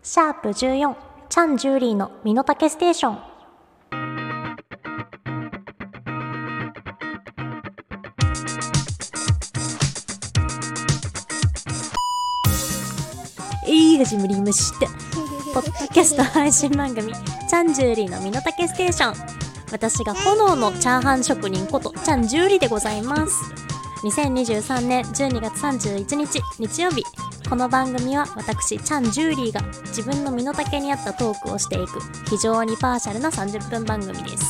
シャープ14チャン・ジューリーの身の丈ステーション。始まりましたポッドキャスト配信番組チャン・ジューリーの身の丈ステーション。私が炎のチャーハン職人ことチャン・ジューリーでございます。2023年12月31日日曜日、この番組は私チャン・ジューリーが自分の身の丈に合ったトークをしていく非常にパーシャルな30分番組です。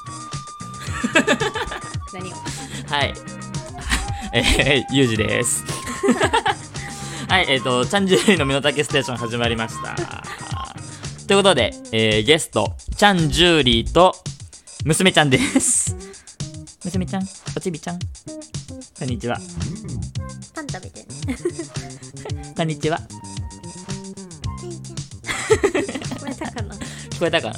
何をはいゆうじですはい、チャンジューリーの身の丈ステーション始まりましたということで、ゲストチャンジューリーと娘ちゃんです。娘ちゃん、おちびちゃん、こんにちは。 パン食べてねこんにちは。 聞こえたかな聞こえたかな。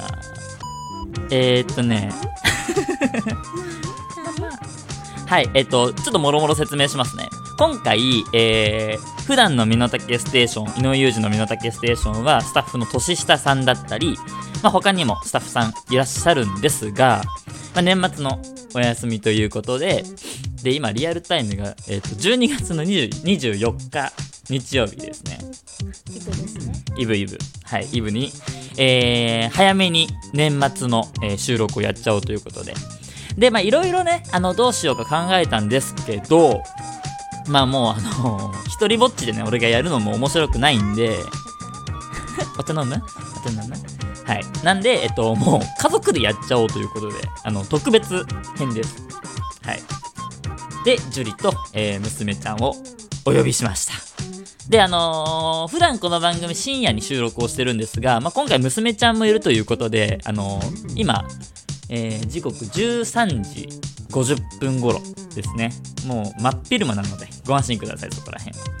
はい、ちょっともろもろ説明しますね。今回、普段の身の丈ステーション、井上裕二の身の丈ステーションはスタッフの年下さんだったり、他にもスタッフさんいらっしゃるんですが、年末のお休みということで、今リアルタイムが、12月の24日日曜日ですね。 イブですね。 イブ、はい、イブに、早めに年末の、収録をやっちゃおうということで、いろいろね、どうしようか考えたんですけど、もう一人ぼっちでね、俺がやるのも面白くないんでお茶飲むはい。なんで、もう家族でやっちゃおうということで、特別編です。はい。で、ジュリと、娘ちゃんをお呼びしました。で、普段この番組深夜に収録をしてるんですが、今回娘ちゃんもいるということで、今、時刻13時50分頃ですね。もう真っ昼間なのでご安心ください、そこら辺。はい。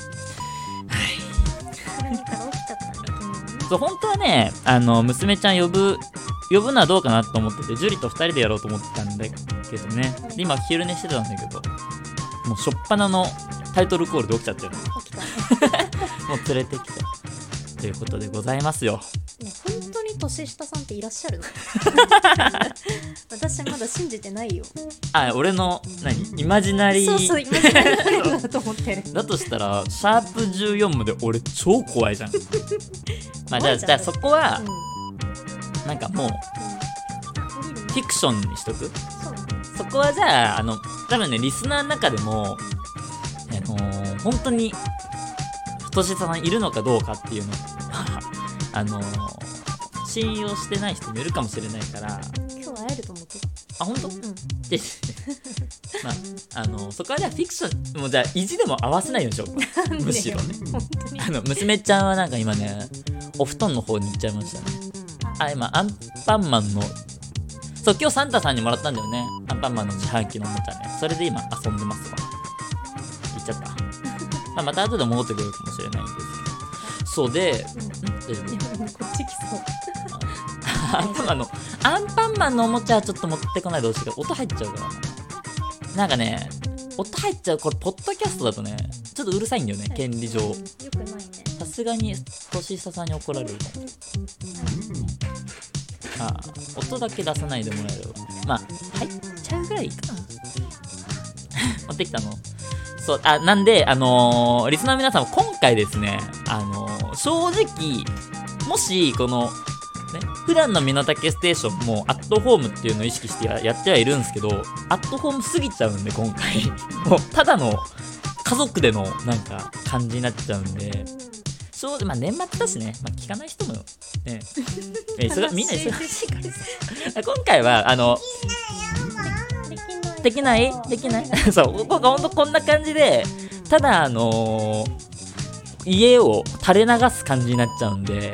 何から起きちゃったんだ、君はね。 そう、本当はね、娘ちゃん呼ぶのはどうかなと思ってて、ジュリと2人でやろうと思ってたんだけどね。で今昼寝してたんだけど、もう初っ端のタイトルコールで起きちゃったよね。 起きたねもう連れてきたということでございますよ。 ね、本当に年下さんっていらっしゃるの私まだ信じてないよ。 俺のイマジナリー。 そうイマジナリーフレンドだと思ってる。 だとしたらシャープ14まで俺超怖いじゃんじゃあそこは、なんかもうフィクションにしとく。そこはじゃあ多分ね、リスナーの中でも本当に年下さんいるのかどうかっていうの信用してない人もいるかもしれないから。 今日会えると思ってた。本当？でそこはじゃあフィクション、もうじゃあ意地でも合わせないようにしようむしろね。本当に娘ちゃんはなんか今ね、お布団の方に行っちゃいましたね。今アンパンマンの、そう今日サンタさんにもらったんだよね、アンパンマンの自販機のおもちゃね。それで今遊んでますわ。行っちゃったまた後で戻ってくるかもしれないんですけど。そうで、大丈夫？ こっち来そうアンパンマンのおもちゃはちょっと持ってこないでほしいけど、音入っちゃうからなんかね、音入っちゃう。これポッドキャストだとね、ちょっとうるさいんだよね、権利上。 よくないね。 さすがに年下さんに怒られるの。音だけ出さないでもらえれば入っちゃうぐらいかな持ってきたの。そう、なんでリスナーの皆さんも今回ですね、正直もしこの普段の身の丈ステーションもアットホームっていうのを意識してやってはいるんですけど、アットホームすぎちゃうんで今回もうただの家族でのなんか感じになっちゃうんで、年末だしね、聞かない人もねみんな忙しいからさ今回はできないそうほんとこんな感じで、ただ家を垂れ流す感じになっちゃうんで、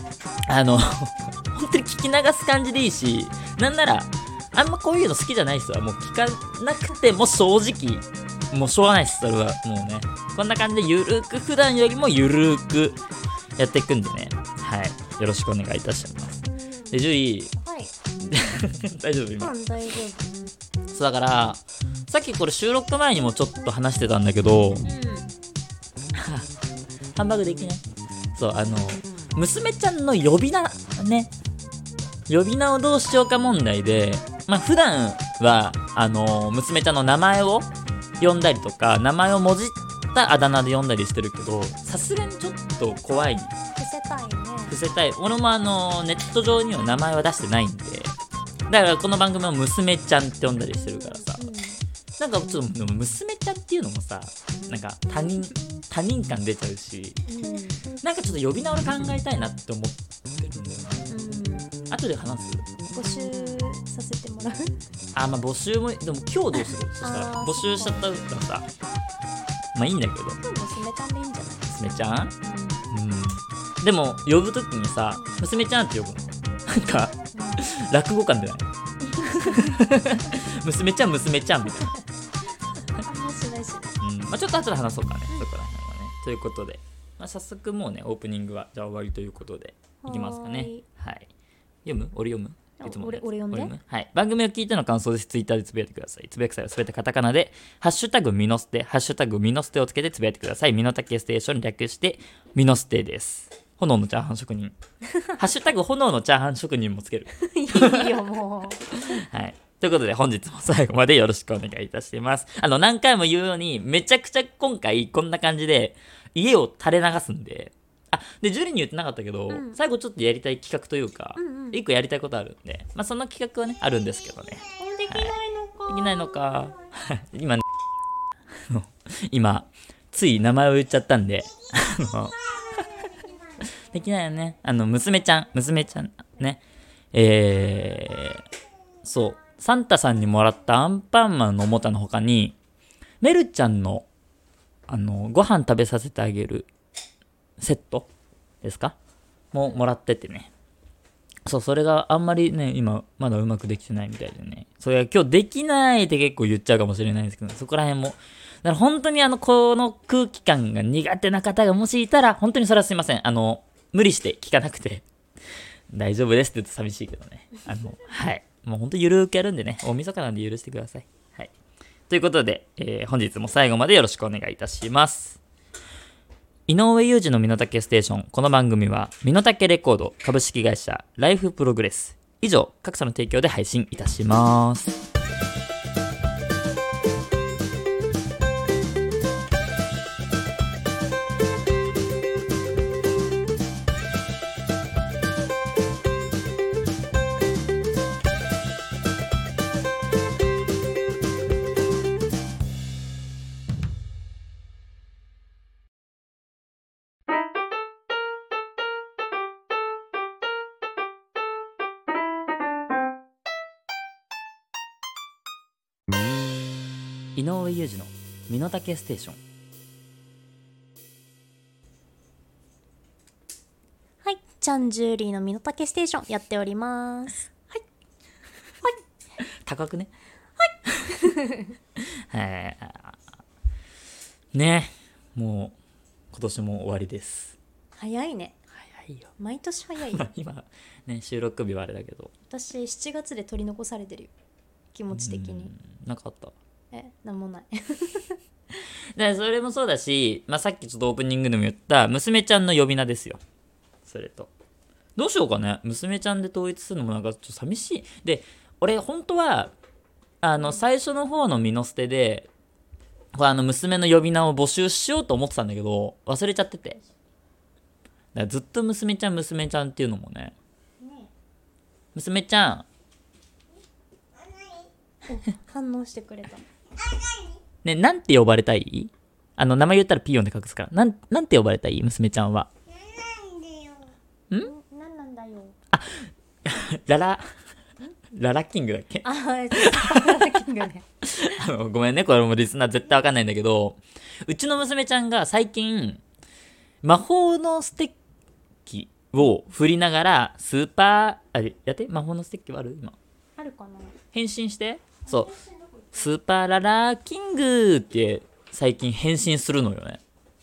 本当に聞き流す感じでいいし、なんならあんまこういうの好きじゃない人はもう聞かなくても正直もうしょうがないです。それはもうね、こんな感じでゆるく、普段よりもゆるくやっていくんでね、はい、よろしくお願いいたします。で、ジュリー、 はい大丈夫今？ 大丈夫。 そうだからさっきこれ収録前にもちょっと話してたんだけど、ハンバーグできない？そう娘ちゃんの呼び名ね、呼び名をどうしようか問題で、まあ普段は娘ちゃんの名前を呼んだりとか、名前をもじったあだ名で呼んだりしてるけど、さすがにちょっと怖い。 伏せたいね。 伏せたい。俺もネット上には名前は出してないんで、だからこの番組は娘ちゃんって呼んだりしてるからさ、なんかちょっと娘ちゃんっていうのもさ、なんか他人感出ちゃうし、なんかちょっと呼び名俺考えたいなって思ってるんだよな。後で話す。 募集させてもらう。 まあ募集も、でも今日どうする？そしたら募集しちゃったらさ、まあいいんだけど。 娘ちゃんでいいんじゃない？ 娘ちゃん？でも呼ぶときにさ、娘ちゃんって呼ぶのなんか落語感出ない？娘ちゃんみたいな。 面白いし。 まあちょっと後で話そうかね、そこら辺はね。ということで、まあ、早速もうねオープニングはじゃあ終わりということでいきますかね。はい。読む？俺読む？いつも俺読んで。 はい。番組を聞いての感想です。ツイッターでつぶやいてください。つぶやく際はすべてカタカナで、ハッシュタグミノステ、ハッシュタグミノステをつけてつぶやいてください。ミノタケステーション略してミノステです。炎のチャーハン職人。ハッシュタグ炎のチャーハン職人もつける。 いいよもう。はい。ということで本日も最後までよろしくお願いいたします。何回も言うように、めちゃくちゃ今回こんな感じで家を垂れ流すんで、で、ジュリに言ってなかったけど、最後ちょっとやりたい企画というか、一個やりたいことあるんで、まあその企画はね、あるんですけどね。 できないのか。 できないのか。今、ね、今、つい名前を言っちゃったんで、できないよね。娘ちゃんね。そう、サンタさんにもらったアンパンマンのおもちゃの他に、メルちゃんの、ご飯食べさせてあげるセットですかもらっててね。そう、それがあんまりね、今、まだうまくできてないみたいでね。それが今日できないって結構言っちゃうかもしれないんですけど、そこら辺も。だから本当にこの空気感が苦手な方がもしいたら、本当にそれはすいません。無理して聞かなくて大丈夫ですって言うと寂しいけどね。はい。もう本当ゆるーくやるんでね、大晦日なんで許してください。はい。ということで、本日も最後までよろしくお願いいたします。井上裕二の身の丈ステーション。この番組は、身の丈レコード株式会社ライフプログレス。以上、各社の提供で配信いたします。井上裕二の身の丈ステーション。 はい、チャンジューリーの身の丈ステーションやっております。はい高くね。はいね、もう今年も終わりです。 早いね。 早いよ。 毎年早いよ。 今ね、収録日はあれだけど、 私7月で取り残されてるよ、気持ち的に。 なんかあった？ なんもない。 でそれもそうだし、まあ、さっきちょっとオープニングでも言った娘ちゃんの呼び名ですよ。それとどうしようかね、娘ちゃんで統一するのもなんかちょっと寂しい。で俺本当は最初の方のミノステで娘の呼び名を募集しようと思ってたんだけど忘れちゃってて、だからずっと娘ちゃんっていうのもね。娘ちゃん反応してくれた。 ね、なんて呼ばれたい？名前言ったらピーヨンで隠すから。なんて呼ばれたい？娘ちゃんは。 なんなんだよ。 ララキングだっけ？ ララキングね。 ごめんね、これもリスナー絶対わかんないんだけど、うちの娘ちゃんが最近、魔法のステッキを振りながら、スーパー、やって、魔法のステッキはある？今。 あるかな？ 変身して。そう。スーパーララキングって最近変身するのよね。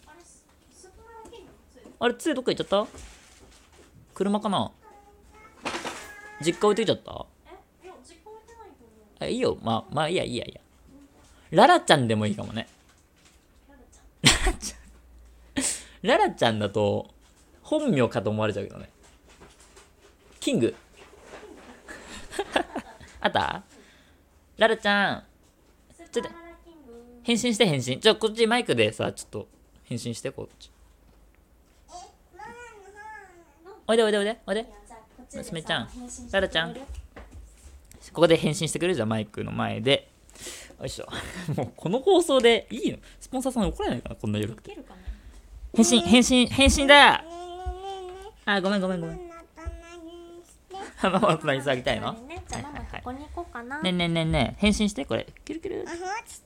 あれ、杖どっか行っちゃった？車かな？実家置いてきちゃった？ いや、実家置いてないと思う。 いいよ。まあ、いいや。ララちゃんでもいいかもね。ララちゃんだと、 本名かと思われちゃうけどね。キングあった？ララちゃんちょっと返信して返信。こっちマイクでさちょっと返信して。こっちおいでおいでおいでおいで。娘ちゃんララちゃんここで返信してくれるじゃん、マイクの前で。よいしょもうこの放送でいいの？スポンサーさんに怒られないかな、こんな夜。返信返信返信だ。あ、ごめんごめんごめんママをつなぎしてあげたいの？ じゃあママここに行こうかな。 ねえねえねえねえ、返信して。これキュルキュル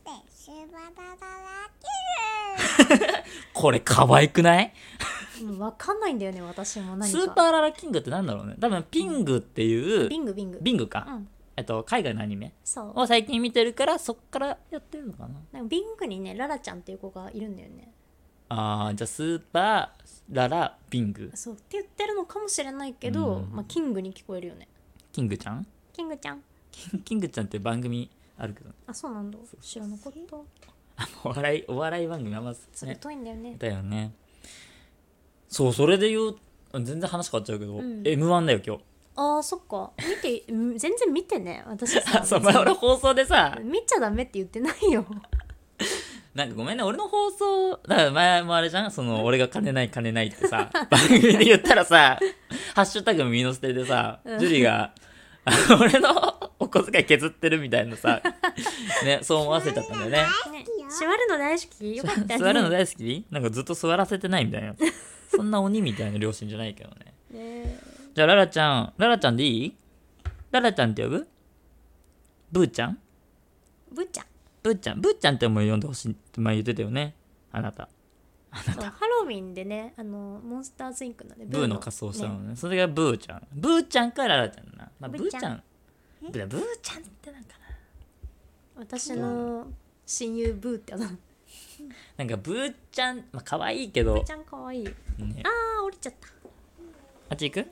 これ可愛くない？ わかんないんだよね、私も何か。 スーパーララキングってなんだろうね。多分ピングっていう、 ビングビング。 ビングか、 うん。 海外のアニメそう。 を最近見てるから、そっからやってるのかな。 なんかビングにね、ララちゃんっていう子がいるんだよね。 あー、じゃあスーパーララビング。 そうって言ってるのかもしれないけど、 うんまあキングに聞こえるよね。 キングちゃんキングちゃん。 キングちゃんって番組あるけど、 あ、そうなんだ。知らなかった。 お笑い番組あんまそれ遠いんだよね。 だよね。そう、それで言う、全然話変わっちゃうけど、 ん M1 だよ今日。 あー、そっか。全然見てね、私さ。 そう、前俺放送でさ、 見ちゃダメって言ってないよ。 なんかごめんね、俺の放送、だから前もあれじゃん、俺が金ない金ないってさ、番組で言ったらさ、ハッシュタグミノステでさ、ジュリが、俺のお小遣い削ってるみたいなさ、ね、そう思わせちゃったんだよね。 ね、座るの大好きよかったね。 座るの大好き？なんかずっと座らせてないみたいな。そんな鬼みたいな両親じゃないけどね。 ね。 じゃあララちゃんでいい？ララちゃんって呼ぶ？ブーちゃん？ ブーちゃん。 ブーちゃんっても呼んでほしいって前言ってたよね、あなた。 そうハロウィンでね、モンスターズインクのね、 ブーの仮装したのね。それがブーちゃん。ブーちゃんかララちゃんな。まあ、ブーちゃん。ブーちゃんってなんか私の親友ブーってなんかブーちゃん、まあ可愛いけど。 ブーちゃんかわいい。 ね、 あー、降りちゃった。 あっち行く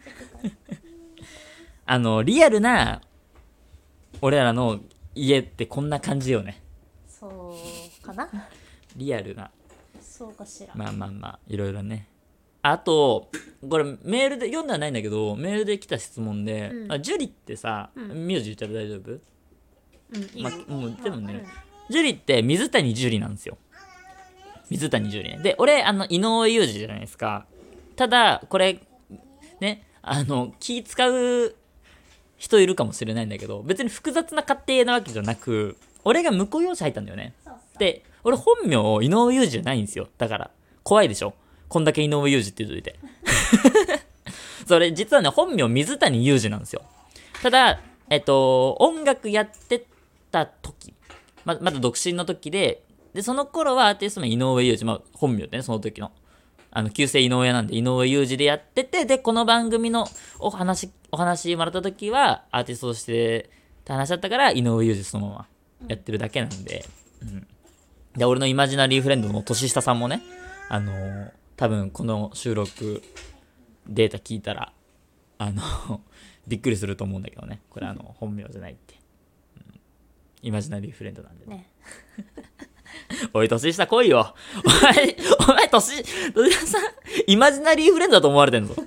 リアルな俺らの家ってこんな感じよね。 そうかな。 リアルな。 そうかしら。 まあいろいろね。あとこれメールで読んではないんだけど、メールで来た質問で、ジュリってさ、名字言っちゃって大丈夫？ いいまあ、もうでもね、ジュリって水谷ジュリなんですよ。水谷ジュリね。で俺井上裕二じゃないですか。ただこれね、気使う人いるかもしれないんだけど、別に複雑な過程なわけじゃなく、俺が婿養子入ったんだよね。で俺本名井上裕二じゃないんですよ。だから怖いでしょ、こんだけ井上裕二って言うといてそれ実はね、本名水谷裕二なんですよ。ただ音楽やってた時、まだ独身の時でその頃はアーティスト名井上裕二、まあ本名でね、その時の旧姓井上なんで井上裕二でやってて、でこの番組のお話もらった時はアーティストとしてって話だったから井上裕二そのままやってるだけなんで、で俺のイマジナリーフレンドの年下さんもね、多分この収録データ聞いたらびっくりすると思うんだけどね、これ本名じゃないって、イマジナリーフレンドなんでね。 おい年下来いよ、お前年下さんイマジナリーフレンドだと思われてんぞ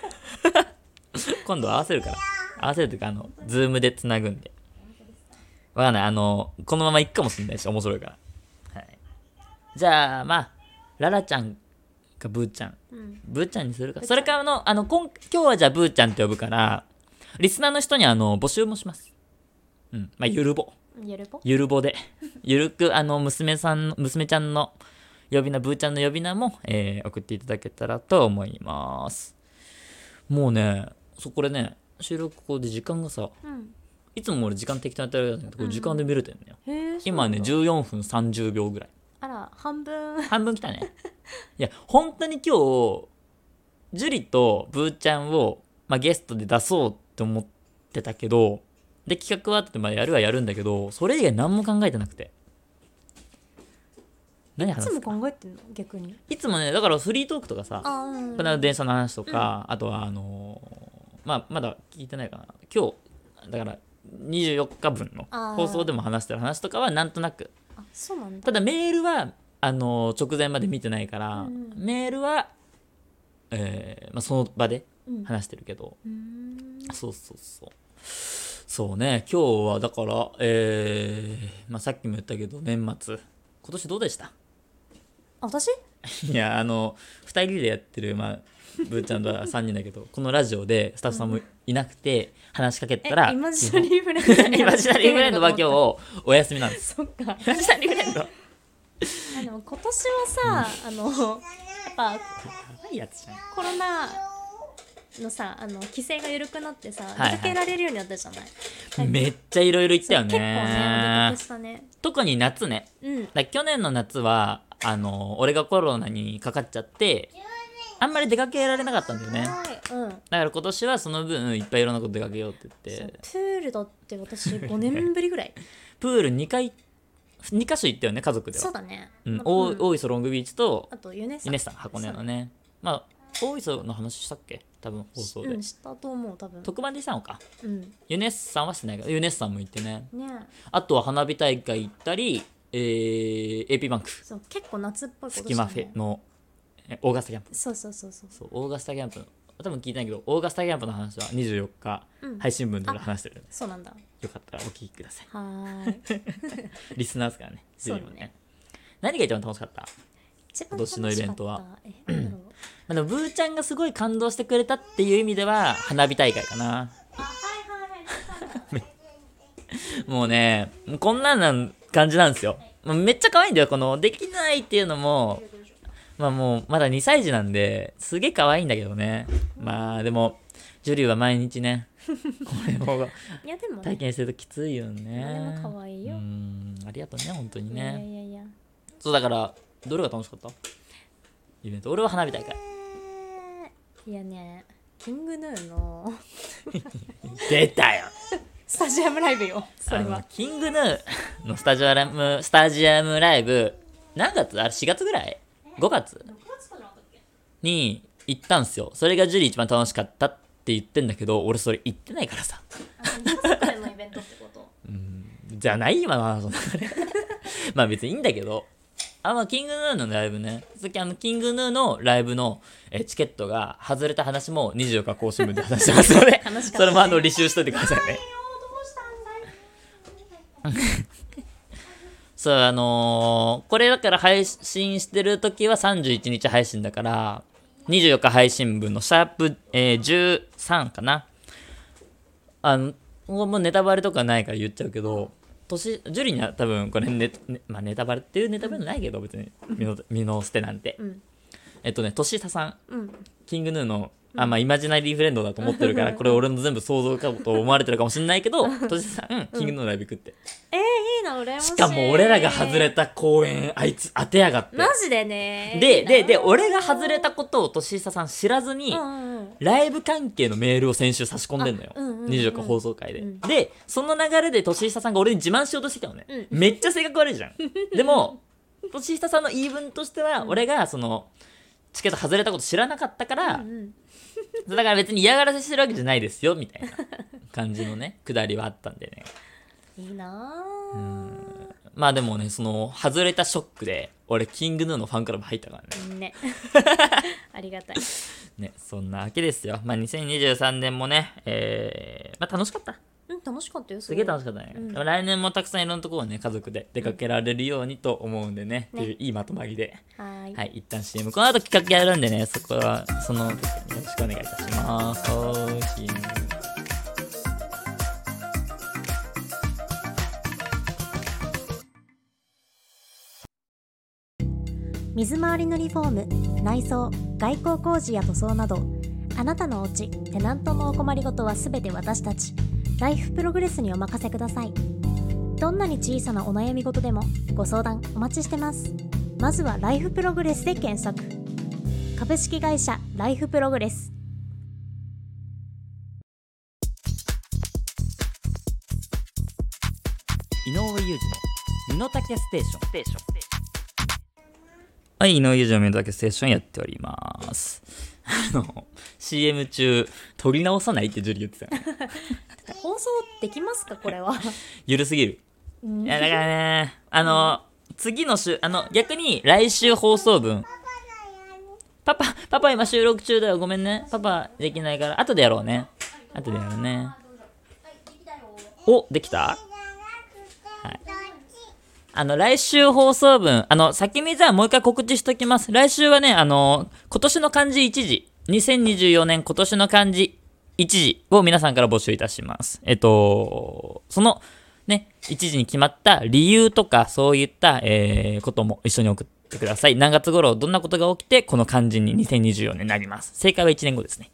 今度合わせるから、合わせるというかズームでつなぐんで、わかんない、このまま行くかもしれないし、面白いから、はい、じゃあまあララちゃんかブーちゃん、ブーちゃんにするか。それから今日はじゃあブーちゃんって呼ぶから、リスナーの人に募集もします。まあゆるぼでゆるく娘ちゃんの呼び名、ブーちゃんの呼び名も、送っていただけたらと思います。もうね、これね、収録ここで時間がさ、いつも俺時間適当にやってるんだけど、これ時間で見れてんのよ。今ね14分30秒ぐらい。 あら、半分来たねいや本当に今日ジュリとブーちゃんを、ゲストで出そうって思ってたけど、で企画はあって、やるはやるんだけど、それ以外何も考えてなくて、何話すか。 いつも考えてんの逆に。 いつもね、だからフリートークとかさ、この電車の話とか、あとはまだ聞いてないかな、今日だから24日分の放送でも話してる話とかはなんとなく。 あ、そうなんだ。 ただメールは直前まで見てないから、メールはその場でうん話してるけど、 うんそうそうそうそうね。今日はだから、さっきも言ったけど年末今年どうでした？ 私いや2人でやってるブーちゃんとは3人だけどこのラジオでスタッフさんもいなくて話しかけたらイマジナリーフレンドイマジナリーフレンドは今日お休みなんです。 そっか。 イマジナリーフレンドでも今年はさ、やっぱやばいやつじゃん。 コロナのさ規制が緩くなってさ、 はいはい出かけられるようになったじゃない。 めっちゃいろいろ言ったよ結構ねお出かねけしたね。 特に夏ね。 うんだから去年の夏は俺がコロナにかかっちゃってあんまり出かけられなかったんだよね。 うん。 だから今年はその分いっぱいいろんなこと出かけようって言ってプールだって私5年ぶりぐらい。 プール2カ所行ったよね家族では。 そうだね。 うん、大磯ロングビーチとあとユネユネッサン箱根のね。大磯の話したっけ多分放送で、 うんしたと思う多分。 特番でしたのか。 うんユネッサンはしてないけどユネッサンも行ってね。 ね。 あとは花火大会行ったり、AP バンクそう結構夏っぽいことスキマフェのオーガスタキャンプ。 そうそうそうそう。 そうオーガスタキャンプ多分聞いてないけどオーガスタキャンプの話は24日、 うん配信分で話してるのでそうなんだ。 よかったらお聞きください。 はーい。 リスナーですからね。 そうねジュリもね。何が一番楽しかった？ 一番今年のイベントは楽しかった。なんだろう。 でもブーちゃんがすごい感動してくれたっていう意味では花火大会かな。もうねこんな感じなんですよ。めっちゃ可愛いんだよ。このできないっていうのももうまだ2歳児なんですげえ可愛いんだけどね。でもジュリーは毎日ねこれをいやでもね体験してるときついよね。 でも可愛いよ。 ありがとうね本当にいやいやね。 いやいや。 そうだからどれが楽しかった？イベント。俺は花火大会。 いやねキングヌーの出たよ。 スタジアムライブよ。それはキングヌーのスタジアムライブ何月？あれ4月ぐらい？5月に行ったんすよ。それがジュリー一番楽しかったって言ってんだけど俺それ行ってないからさ。 のイベントってこと。 じゃない今の話の流れ別にいいんだけどキングヌーのライブね。キングヌーのライブのチケットが外れた話も24日更新分で話してますので悲しかったねそれも履修しといてくださいね。そうこれだから配信してる時は31日配信だから24日配信分のシャープ、13かな。もうネタバレとかないから言っちゃうけどジュリには多分これネタバレっていうネタバレないけど別に身の捨てなんて、年下さん、キングヌーのイマジナリーフレンドだと思ってるからこれ俺の全部想像かと思われてるかもしれないけど年下さん、キングヌーのライブ行くって。 いいな羨ましい。 しかも俺らが外れた公演あいつ当てやがって。 マジでね。 で俺が外れたことを年下さん知らずに、 うんライブ関係のメールを先週差し込んでんのよ、24日放送回で、でその流れで年下さんが俺に自慢しようとしてきたのね、めっちゃ性格悪いじゃんでも年下さんの言い分としては、俺がそのチケット外れたこと知らなかったから、だから別に嫌がらせしてるわけじゃないですよみたいな感じのねくだりはあったんでね。 いいなでもねその外れたショックで俺キングヌーのファンクラブ入ったからね。 ねありがたいね、そんなわけですよ。2023年もね、楽しかった。 楽しかったよ。 すげえ楽しかったね。でも来年もたくさんいろんなところをね、家族で出かけられるようにと思うんでね、っていういいまとまりで。はい、一旦 CM。この後企画やるんでね、そこは、その時はよろしくお願いいたします。CM。 水回りのリフォーム、内装、外構工事や塗装など、あなたのお家、テナントのお困りごとはすべて私たちライフプログレスにお任せください。どんなに小さなお悩み事でもご相談お待ちしてます。まずはライフプログレスで検索。株式会社ライフプログレス。 井上裕二の身の丈ステーション。はい、井上裕二の身の丈ステーションやっております。CM 中撮り直さないってジュリ言ってたよね放送できますかこれはゆるすぎる。いやだからね次の週逆に来週放送分パパ今収録中だよ。ごめんね。パパできないから。後でやろうね。後でやるね。お、できた？はい。来週放送分、先にじゃあもう一回告知しときます。来週はね、今年の漢字1字、2024年今年の漢字1字を皆さんから募集いたします。その、ね、1字に決まった理由とか、そういった、ことも一緒に送ってください。何月頃、どんなことが起きて、この漢字に2024年になります。正解は1年後ですね。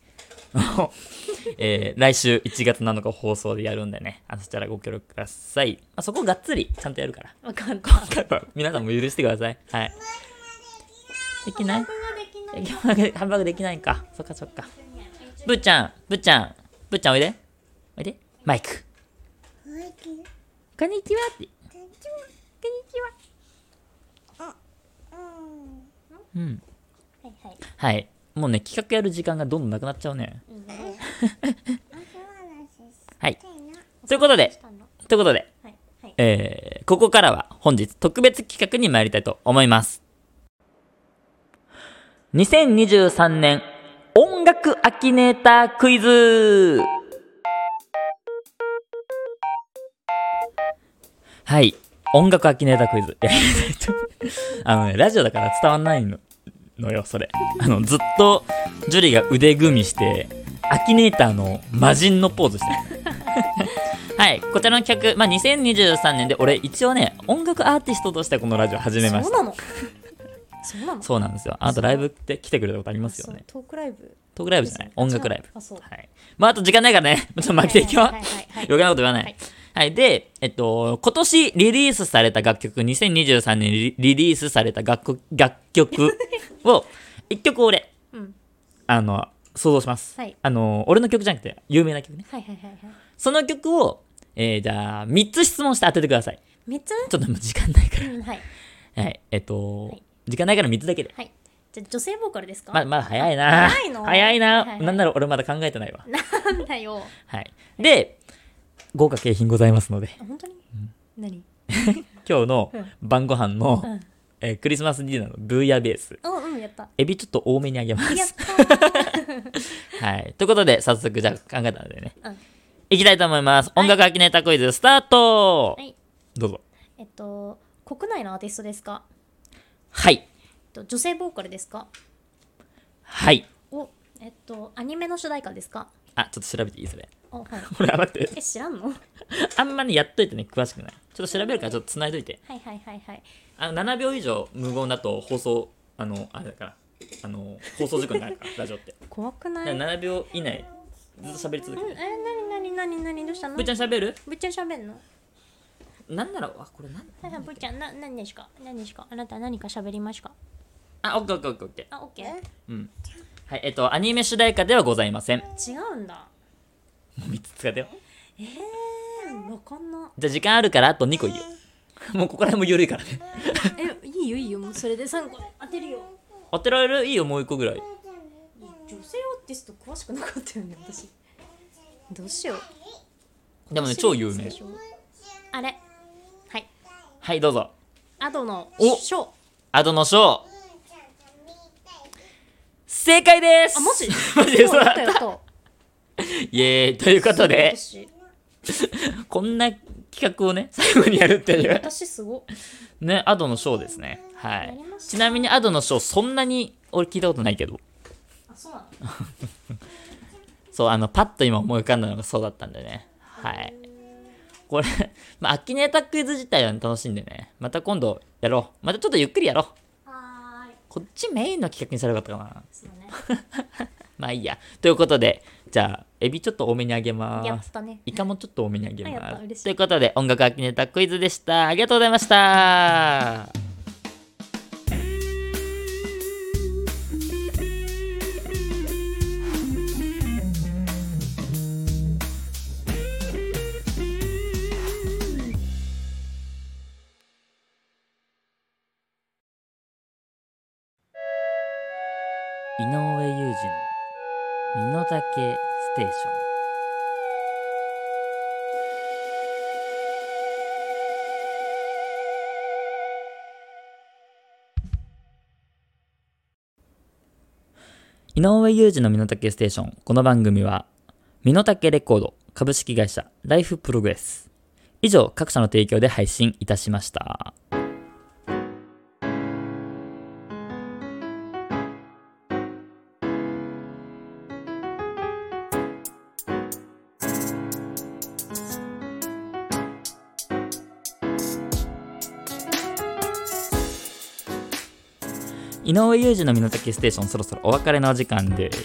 来週1月7日放送でやるんでね、そしたらご協力ください。そこがっつりちゃんとやるから。 わかった。 皆さんも許してください。はい。できない？ハンバーグできないんか。そっか。ぶっちゃんおいで。おいで。マイク。こんにちはって。こんにちは。うん。はい。もうね、企画やる時間がどんどんなくなっちゃうね。はい。ということで、ここからは本日特別企画に参りたいと思います。2023年音楽アキネータークイズ。はい。音楽アキネータークイズ。ラジオだから伝わんないのよ、それ。ずっと、ジュリが腕組みして、アキネーターの魔人のポーズしてる。はい。こちらの企画、2023年で、俺、一応ね、音楽アーティストとしてこのラジオ始めました。そうなんですよ。あなたライブって来てくれたことありますよね。 トークライブじゃない。音楽ライブ。はい。あと時間ないからね。ちょっと負けていきます。余計なこと言わない。はい。で、今年リリースされた楽曲、2023年リリースされた楽曲を、一曲俺、想像します。俺の曲じゃなくて、有名な曲ね。その曲を、じゃあ、3つ質問して当ててください。 3つ？ ちょっともう時間ないから。はい。時間ないから3つだけで。 じゃあ女性ボーカルですか？ まだ早いな。早いな。なんだろう、俺まだ考えてないわ。 なんだよ。 はい。で、豪華景品ございますので。 本当に？何？ 今日の晩ご飯の、クリスマスディナーのブーヤベース。 やった。 エビちょっと多めにあげます。 やった。 はい。ということで、早速じゃあ考えたのでね。いきたいと思います。音楽アキネータークイズスタート。どうぞ。 国内のアーティストですか？ はい。 女性ボーカルですか？ はい。 アニメの主題歌ですか？ ちょっと調べていいそれ。 はい。 これ待って。 知らんの？ あんまね、やっといてね、詳しくない。ちょっと調べるからちょっと繋いどいて。 はい。 7秒以上無言だと放送、あれだから、放送事故になるから、ラジオって。 怖くない ？7秒以内、ずっと喋り続けて。 何どうしたの？ ぶっちゃん喋る？ ぶっちゃん喋んの？ なんだろう、これなんぶっちゃん、何ですか？あなた何か喋りますか？ オッケー。 オッケー？ うん。はい、アニメ主題歌ではございません。 違うんだ。 もう3つ使ってよ。 わかんな。 じゃあ時間あるからあと2個いいよ。もうここら辺も緩いからね。 いいよ、もうそれで3個当てるよ。 当てられる？いいよ、もう1個ぐらい。 女性アーティスト詳しくなかったよね、私。どうしよう。でもね、超有名。 あれ。 はい、どうぞ。 アドのショー。 アドのショー。正解です。 マジ？ マジでそうだった。イエーイということで、こんな企画をね、最後にやるっていう。 私すごね、アドのショーですね。はい。ちなみにアドのショー、そんなに俺聞いたことないけど。 そうなの？ そう、パッと今思い浮かんだのがそうだったんでね。はい。これ、アキネータークイズ自体は楽しんでね。また今度やろう。またちょっとゆっくりやろう。こっちメインの企画にしたらよかったかな。そうね。まあいいや。ということで、じゃあ、エビちょっと多めにあげます。 やったね。 イカもちょっと多めにあげます。ということで、音楽アキネータークイズでした。ありがとうございました。井上裕二の身の丈ステーション。 井上裕二の身の丈ステーション。この番組は身の丈レコード株式会社ライフプログレス以上各社の提供で配信いたしました。井上裕二の身の丈ステーション、そろそろお別れのお時間です。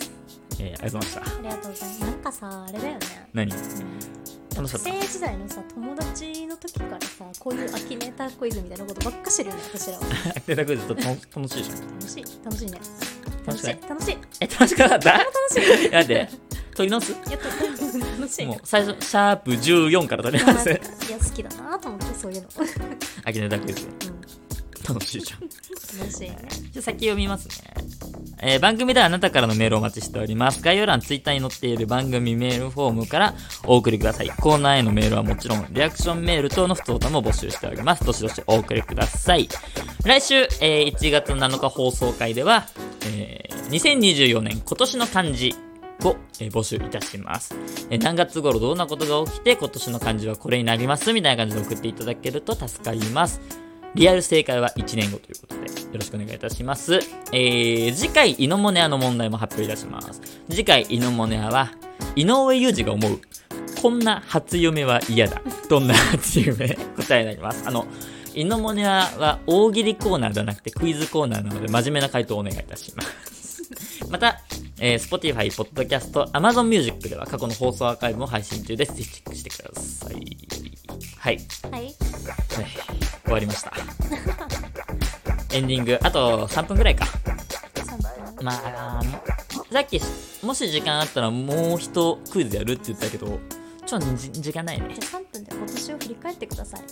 ありがとうございました。 ありがとうございます。なんかさ、あれだよね。 何？ 学生時代のさ、友達の時からさ、こういうアキネータークイズみたいなことばっかしてるよね、私らは。 アキネータークイズと楽しいじゃん。 楽しいね。楽しい。 楽しくなかった？ 楽しい。 なんで取り直す？ やった楽しい。 もう最初シャープ14から取り直す。いや好きだなと思ってそういうの。 アキネータークイズ。楽しいじゃん。 楽しいね。 じゃあ先読みますね。番組ではあなたからのメールをお待ちしております。概要欄、ツイッターに載っている番組メールフォームからお送りください。コーナーへのメールはもちろん、リアクションメール等の普通歌も募集しております。どしどしお送りください。来週、1月7日放送回では、2024年今年の漢字を、募集いたします。何月頃どんなことが起きて今年の漢字はこれになりますみたいな感じで送っていただけると助かります。リアル正解は1年後ということでよろしくお願いいたします。次回イノモネアの問題も発表いたします。次回イノモネアは井上裕二が思うこんな初夢は嫌だ、どんな初夢答えになります。イノモネアは大喜利コーナーではなくてクイズコーナーなので真面目な回答をお願いいたしますまた、Spotify、Podcast、Amazon Music では過去の放送アーカイブも配信中です。ぜひチェックしてください。はい、終わりましたエンディングあと3分ぐらいか。まあさっきもし時間あったらもう一クイズやるって言ったけど時間ないね。 じゃあ3分で今年を振り返ってください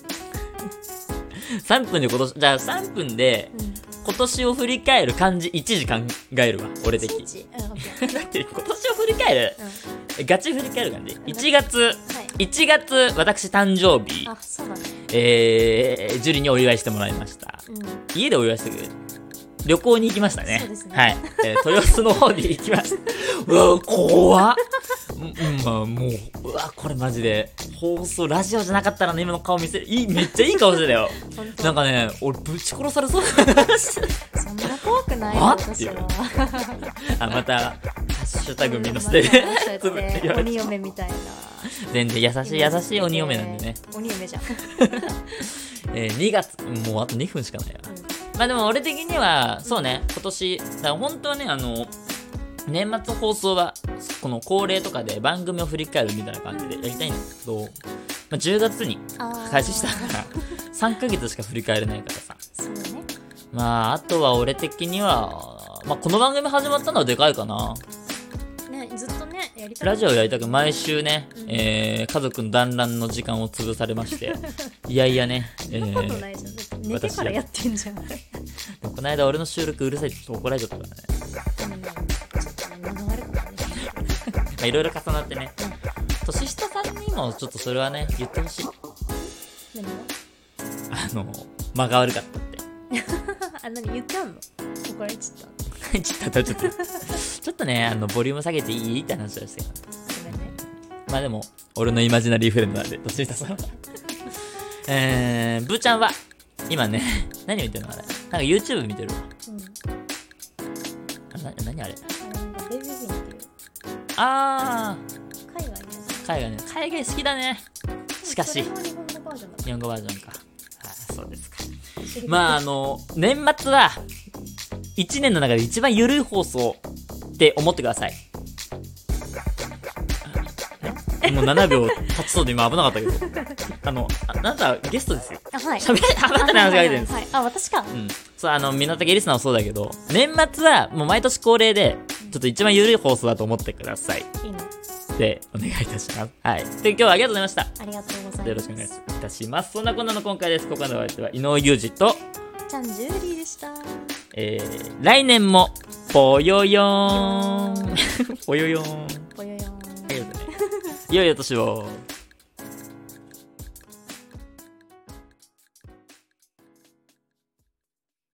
3分でじゃあ3分で今年を振り返る漢字1時考えるわ俺的。だって今年を振り返る、ガチ振り返る感じ。1月私誕生日。 あ、そうだね。 ジュリにお祝いしてもらいました、家でお祝いしてくれる。旅行に行きましたね。 そうですね。 はい、豊洲の方に行きましたうわ怖っもうこれマジで放送ラジオじゃなかったらね、今の顔見せるめっちゃいい顔してたよなんかね俺ぶち殺されそうそんな怖くないよ私はまたハッシュタグ見の捨てで鬼嫁みたいな全然優しい鬼嫁なんでね。 鬼嫁じゃん 2月もうあと2分しかないよ、まあでも俺的にはそうね、今年だから本当はね年末放送はこの恒例とかで番組を振り返るみたいな感じでやりたいんだけど、10月に開始したから3ヶ月しか振り返れないからさ。 そうね。 あとは俺的にはこの番組始まったのはでかいかな。 ね、ずっとねやりたい。 ラジオやりたく毎週ね、家族の団らんの時間を潰されましていやね、 そんなことないじゃん。だって寝てからやってんじゃんこの間俺の収録うるさいって怒られちゃったからね。いろいろ重なってね、年下さんにもちょっとそれはね言ってほしい。 何が間が悪かったって何言ってあんの？怒られちゃったちょっとねボリューム下げていいって話をしてる。 ごめんね。 でも俺のイマジナリーフレンドなんで年下さんはブーちゃんは今ね何を言ってるのあれ、なんか YouTube 見てるわ。何あれベビーフィンっていう海外好きだね。しかしそれも日本語バージョンだ。 日本語バージョンか。そうですか。年末は1年の中で一番緩い放送って思ってください。もう7秒経ちそうで今危なかったけどあなたゲストですよ。 はい。 喋って話しかけてるんです。 私か。 そう身の丈リスナーもそうだけど、年末はもう毎年恒例でちょっと一番緩い放送だと思ってください。 いいの。 でお願いいたします。はい。で今日はありがとうございました。 ありがとうございます。 よろしくお願いいたします。そんなこんなの今回です。ここまでのお相手は井上裕二とちゃんジューリーでした。 来年もぽよよーんぽよよーんぽよよーん。 良いお年を。